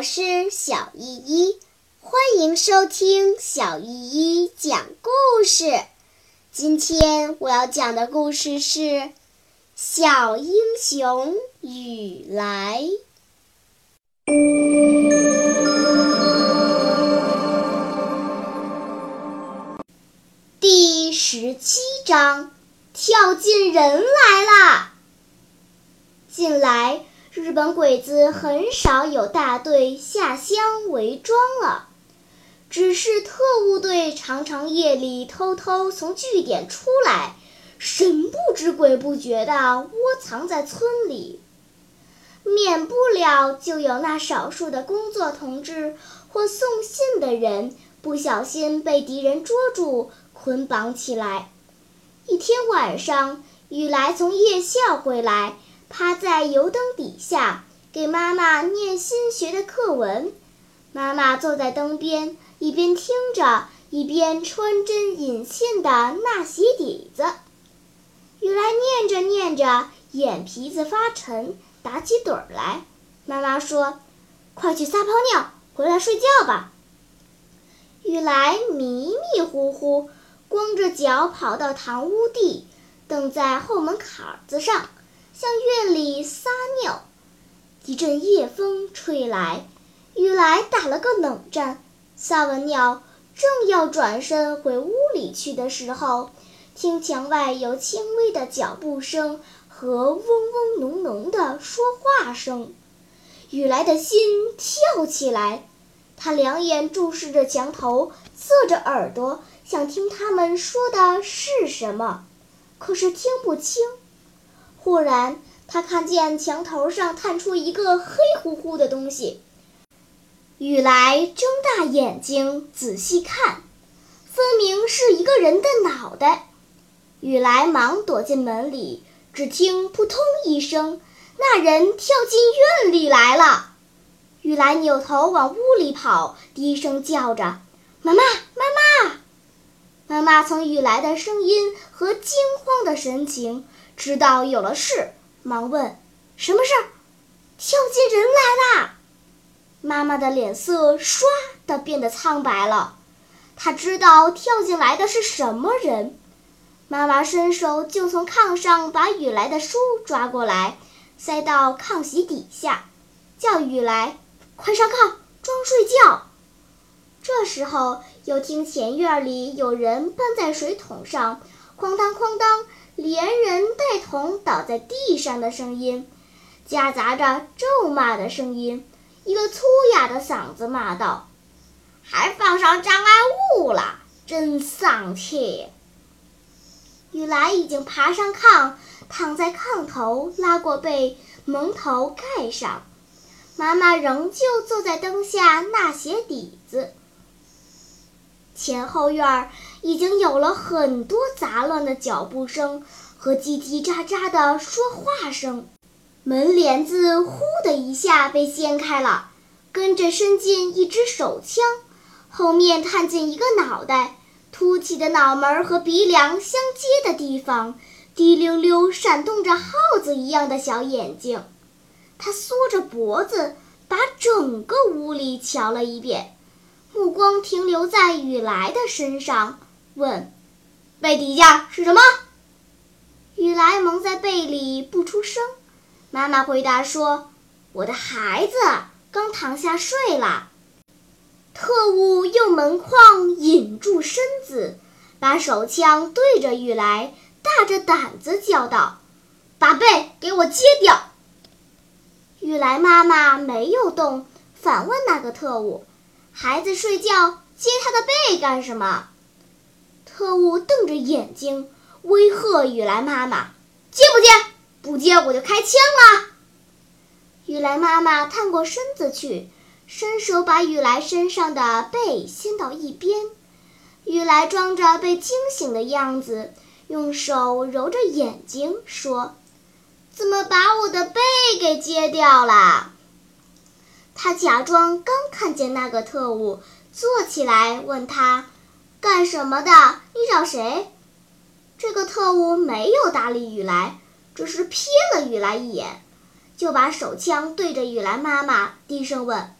我是小依依，欢迎收听小依依讲故事。今天我要讲的故事是《小英雄雨来》。第17章，跳进人来啦！近来日本鬼子很少有大队下乡围庄了，只是特务队常常夜里偷偷从据点出来，神不知鬼不觉地窝藏在村里。免不了就有那少数的工作同志或送信的人不小心被敌人捉住，捆绑起来。一天晚上，雨来从夜校回来，趴在油灯底下给妈妈念新学的课文。妈妈坐在灯边，一边听着，一边穿针引线的纳鞋底子。雨来念着念着，眼皮子发沉，打起盹儿来。妈妈说：“快去撒泡尿，回来睡觉吧。”雨来迷迷糊糊，光着脚跑到堂屋地，蹬在后门槛子上，向院里撒尿。一阵夜风吹来，雨来打了个冷战，撒完尿，正要转身回屋里去的时候，听墙外有轻微的脚步声和嗡嗡浓浓的说话声。雨来的心跳起来，他两眼注视着墙头，侧着耳朵想听他们说的是什么，可是听不清。忽然他看见墙头上探出一个黑乎乎的东西，雨来睁大眼睛仔细看，分明是一个人的脑袋。雨来忙躲进门里，只听扑通一声，那人跳进院里来了。雨来扭头往屋里跑，低声叫着：“妈妈，妈妈！”妈妈从雨来的声音和惊慌的神情知道有了事，忙问：“什么事儿？”“跳进人来啦！”妈妈的脸色唰地变得苍白了，她知道跳进来的是什么人。妈妈伸手就从炕上把雨来的书抓过来，塞到炕席底下，叫雨来快上炕装睡觉。这时候又听前院里有人搬在水桶上，哐当哐当，连人带桶倒在地上的声音，夹杂着咒骂的声音。一个粗哑的嗓子骂道：“还放上障碍物了，真丧气！”雨来已经爬上炕，躺在炕头，拉过被，蒙头盖上。妈妈仍旧坐在灯下纳鞋底子。前后院已经有了很多杂乱的脚步声和叽叽喳喳的说话声。门帘子呼的一下被掀开了，跟着伸进一支手枪，后面探进一个脑袋，凸起的脑门和鼻梁相接的地方，滴溜溜闪动着耗子一样的小眼睛。他缩着脖子，把整个屋里瞧了一遍，目光停留在雨来的身上，问：“被底下是什么？”雨来蒙在被里不出声。妈妈回答说：“我的孩子刚躺下睡了。”特务用门框引住身子，把手枪对着雨来，大着胆子叫道：“把被给我揭掉！”雨来妈妈没有动，反问那个特务：“孩子睡觉，揭他的被干什么？”特务瞪着眼睛，威吓雨来妈妈：“揭不揭？不揭我就开枪了！”雨来妈妈探过身子去，伸手把雨来身上的被掀到一边。雨来装着被惊醒的样子，用手揉着眼睛说：“怎么把我的被给揭掉了？”他假装刚看见那个特务，坐起来问他：“干什么的？你找谁？”这个特务没有搭理雨来，只是瞥了雨来一眼，就把手枪对着雨来妈妈，低声问：“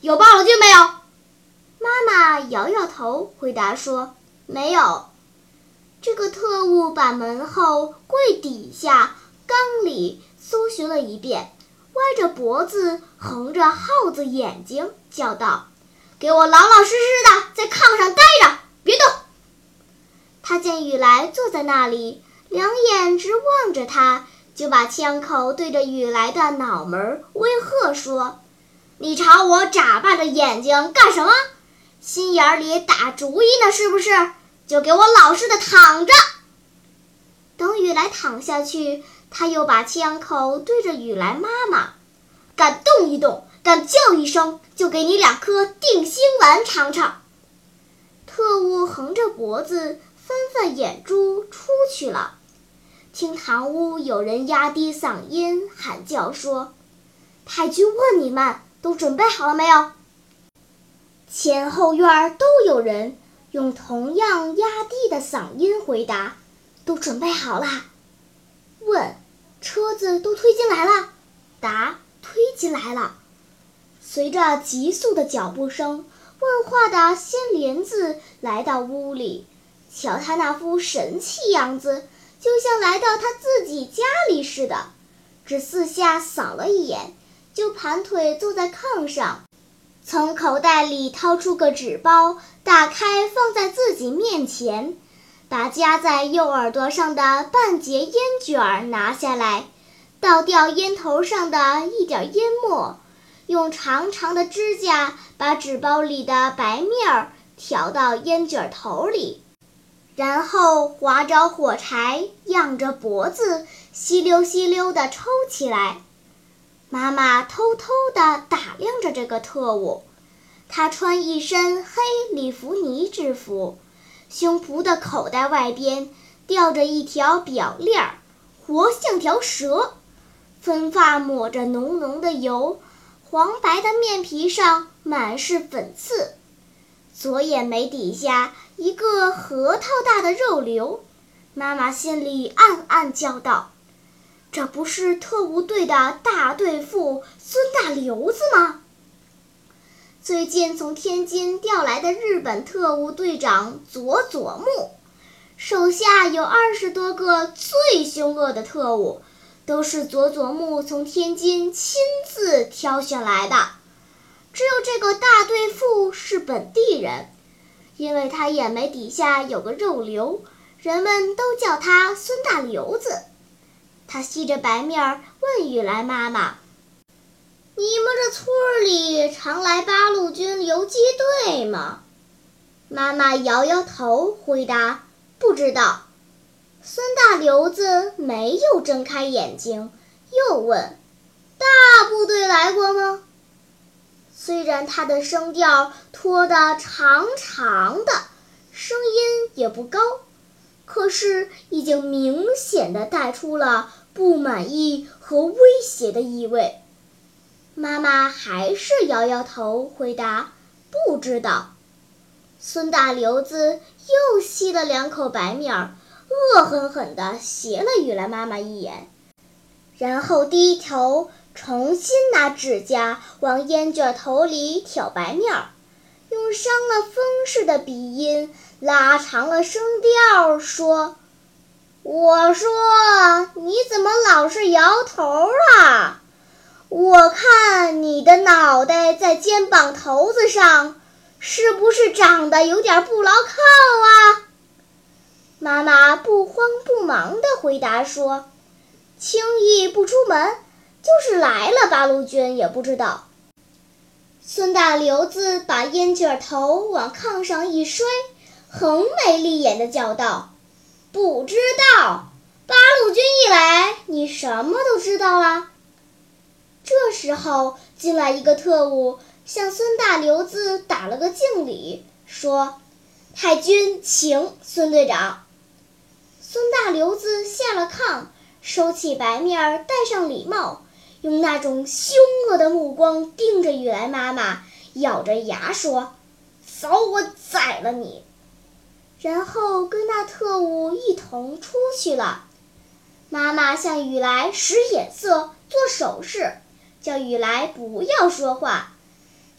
有八路军没有？妈妈摇摇头，回答说：没有。这个特务把门后柜底下缸里搜寻了一遍，歪着脖子，横着耗子眼睛，叫道：给我老老实实的在炕上待着，别动。他见雨来坐在那里，两眼直望着他，就把枪口对着雨来的脑门威吓说：你朝我眨巴着眼睛干什么？心眼里打主意呢是不是？就给我老实的躺着。等雨来躺下去，他又把枪口对着雨来妈妈：敢动一动，敢叫一声，就给你2颗定心丸尝尝。特务横着脖子，翻翻眼珠出去了。听堂屋有人压低嗓音喊叫说：太君问你们都准备好了没有？前后院都有人用同样压低的嗓音回答：都准备好了。问：车子都推进来了？答：推进来了。随着急速的脚步声，问话的仙莲子来到屋里，瞧他那副神气样子，就像来到他自己家里似的，只四下扫了一眼，就盘腿坐在炕上，从口袋里掏出个纸包，打开放在自己面前，把夹在右耳朵上的半截烟卷拿下来，倒掉烟头上的一点烟末，用长长的指甲把纸包里的白面挑到烟卷头里，然后划着火柴，仰着脖子，吸溜吸溜地抽起来。妈妈偷偷地打量着这个特务，他穿一身黑里弗尼制服，胸脯的口袋外边吊着一条表链，活像条蛇，分发抹着浓浓的油，黄白的面皮上满是粉刺，左眼眉底下一个核桃大的肉瘤。妈妈心里暗暗叫道：这不是特务队的大队副孙大瘤子吗？最近从天津调来的日本特务队长佐佐木，手下有20多个最凶恶的特务，都是佐佐木从天津亲自挑选来的。只有这个大队副是本地人，因为他眼眉底下有个肉瘤，人们都叫他孙大瘤子。他吸着白面问雨来妈妈：你们这村里常来八路军游击队吗？妈妈摇摇头回答：不知道。孙大瘤子没有睁开眼睛，又问：大部队来过吗？虽然他的声调拖得长长的，声音也不高，可是已经明显地带出了不满意和威胁的意味。妈妈还是摇摇头回答：不知道。孙大瘤子又吸了2口白面，恶狠狠地斜了雨来妈妈一眼，然后低头重新拿指甲往烟卷头里挑白面，用伤了风似的鼻音拉长了声调说：我说你怎么老是摇头啊？我看你的脑袋在肩膀头子上，是不是长得有点不牢靠啊？妈妈不慌不忙地回答说：轻易不出门，就是来了八路军也不知道。孙大瘤子把烟卷头往炕上一摔，横眉立眼地叫道：不知道，八路军一来，你什么都知道了。这时候进来一个特务，向孙大瘤子打了个敬礼，说：太君请孙队长。孙大瘤子下了炕，收起白面，戴上礼帽，用那种凶恶的目光盯着雨来妈妈，咬着牙说：早我宰了你。然后跟那特务一同出去了。妈妈向雨来使眼色，做手势，叫雨来不要说话，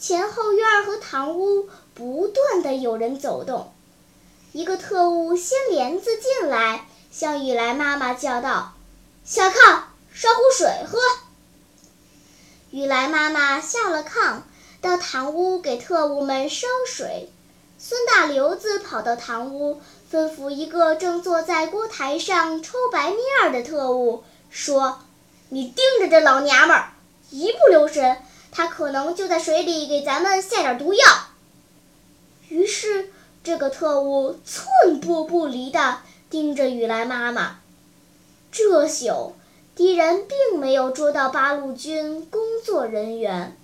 前后院和堂屋不断地有人走动。一个特务掀帘子进来，向雨来妈妈叫道：“下炕，烧壶水喝。”雨来妈妈下了炕，到堂屋给特务们烧水。孙大瘤子跑到堂屋，吩咐一个正坐在锅台上抽白面的特务说：“你盯着这老娘们儿，一不留神，她可能就在水里给咱们下点毒药。”于是这个特务寸步不离地盯着雨来妈妈。这宿敌人并没有捉到八路军工作人员。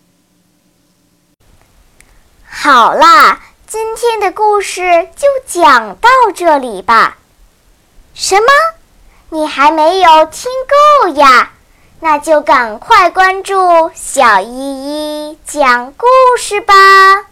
好啦，今天的故事就讲到这里吧。什么？你还没有听够呀？那就赶快关注小依依讲故事吧。